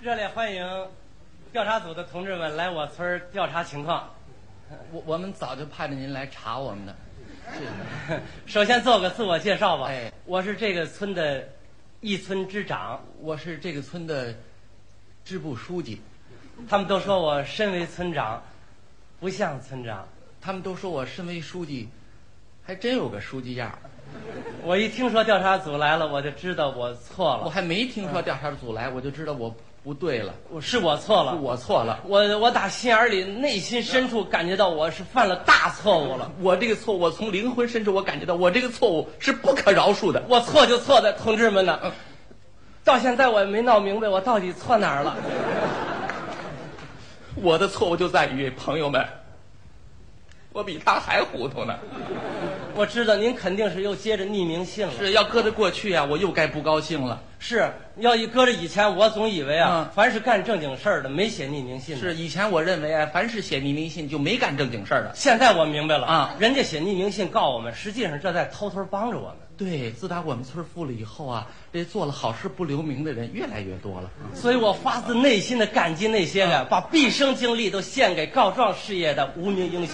热烈欢迎调查组的同志们来我村调查情况。 我们早就盼着您来查我们的。 首先做个自我介绍吧。 哎， 我是这个村的一村之长， 我是这个村的支部书记。 他们都说我身为村长不像村长， 他们都说我身为书记还真有个书记样。 我一听说调查组来了，我就知道我错了。 我还没听说调查组来，我就知道我不对了。 是我错了， 我错了。 我打心眼里内心深处感觉到我是犯了大错误了。 我这个错误，我从灵魂深处我感觉到我这个错误是不可饶恕的。 我错就错在同志们呢，到现在我也没闹明白我到底错哪儿了。 我的错误就在于，朋友们，我比他还糊涂呢。 我知道您肯定是又接着匿名信了。 是要搁着过去啊，我又该不高兴了。 是要一搁着以前，我总以为啊，凡是干正经事儿的没写匿名信的。 是以前我认为啊，凡是写匿名信就没干正经事儿的。 现在我明白了啊， 人家写匿名信告我们，实际上这在偷偷帮着我们。 对，自打我们村富了以后啊，这做了好事不留名的人越来越多了。 所以我发自内心的感激那些个把毕生精力都献给告状事业的无名英雄。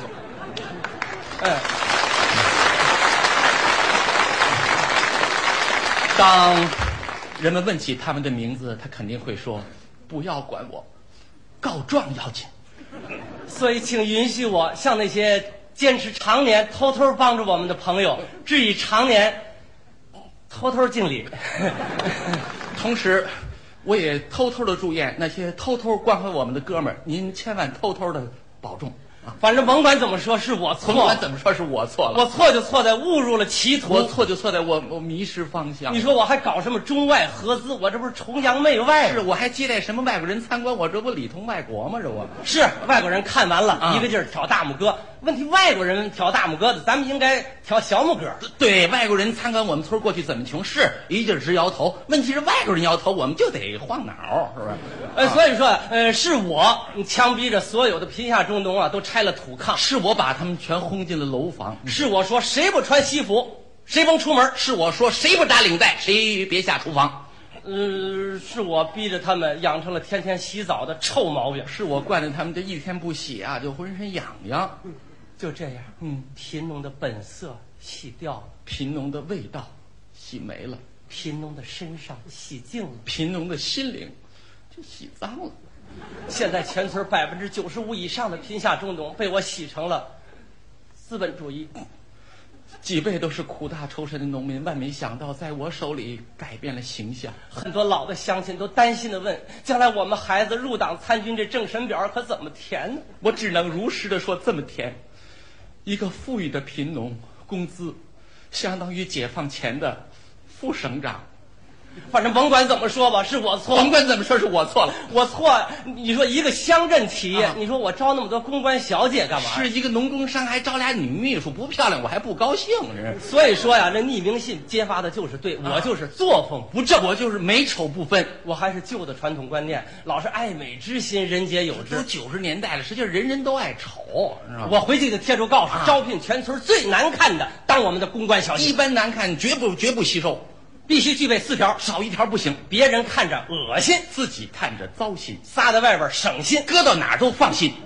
当人们问起他们的名字，他肯定会说：“不要管我，告状要紧。” 所以，请允许我向那些坚持常年偷偷帮助我们的朋友致以常年偷偷敬礼。 同时，我也偷偷的祝愿那些偷偷关怀我们的哥们儿，您千万偷偷的保重。 反正甭管怎么说，是我错。 甭管怎么说，是我错了。 我错就错在误入了歧途。 我错就错在我迷失方向。 你说我还搞什么中外合资？我这不是崇洋媚外？ 是，我还接待什么外国人参观？我这不里通外国吗？这我是外国人看完了，一个劲儿挑大拇哥。问题外国人挑大拇哥的，咱们应该挑小拇哥。 对，外国人参观我们村过去怎么穷，是一劲儿直摇头。问题是外国人摇头，我们就得晃脑，是不是？ 所以说，是我强逼着所有的贫下中农啊都拆了土炕， 是我把他们全轰进了楼房， 是我说谁不穿西服谁甭出门， 是我说谁不打领带谁别下厨房。 是我逼着他们养成了天天洗澡的臭毛病， 是我惯着他们这一天不洗啊就浑身痒痒。 就这样，贫农的本色洗掉了， 贫农的味道洗没了， 贫农的身上洗净了， 贫农的心灵就洗脏了。 现在全村95%以上的贫下中农被我洗成了资本主义。 几辈都是苦大仇深的农民，万没想到在我手里改变了形象。 很多老的乡亲都担心的问，将来我们孩子入党参军，这政审表可怎么填呢？ 我只能如实的说，这么填：一个富裕的贫农，工资相当于解放前的副省长。 反正甭管怎么说吧，是我错。 甭管怎么说，是我错了。 我错。你说一个乡镇企业，你说我招那么多公关小姐干嘛？ 是一个农工商还招俩女秘书，不漂亮我还不高兴。 所以说呀，这匿名信揭发的就是对，我就是作风不正， 我就是美丑不分， 我还是旧的传统观念，老是爱美之心，人皆有之。 都90年代了，实际上人人都爱丑，知道吗？ 我回去就贴出告示，招聘全村最难看的当我们的公关小姐。 一般难看，绝不吸收。 必须具备4条， 少1条不行。 别人看着恶心， 自己看着糟心， 撒在外边省心， 搁到哪儿都放心。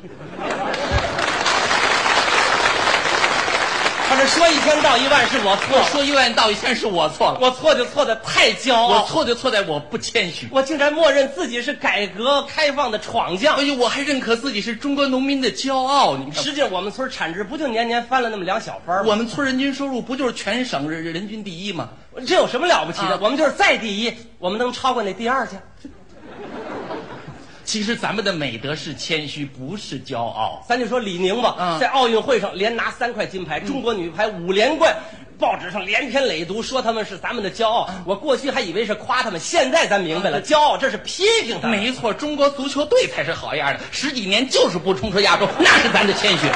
反正说1千道1万是我错了， 说1万道1千是我错了。 我错就错在太骄傲， 我错就错在我不谦虚。 我竟然默认自己是改革开放的闯将， 而且我还认可自己是中国农民的骄傲。你看， 实际上我们村产值不就年年翻了那么2小番吗？ 我们村人均收入不就是全省人均第一吗？ 这有什么了不起的？我们就是再第一，我们能超过那第2去？ 其实咱们的美德是谦虚，不是骄傲。 咱就说李宁吧，在奥运会上连拿3块金牌，中国女排5连冠，报纸上连篇累牍说他们是咱们的骄傲。我过去还以为是夸他们，现在咱明白了，骄傲这是批评他们。 没错，中国足球队才是好样的，10几年就是不冲出亚洲，那是咱的谦虚。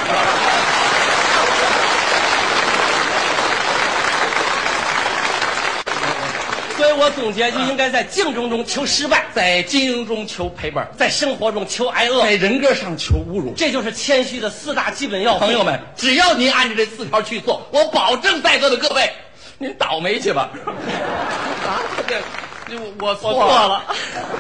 所以我总结就应该在竞争中求失败， 在经营中求赔本， 在生活中求挨饿， 在人格上求侮辱。 这就是谦虚的4大基本要素。 朋友们，只要您按照这4条去做，我保证在座的各位，您倒霉去吧。我错了。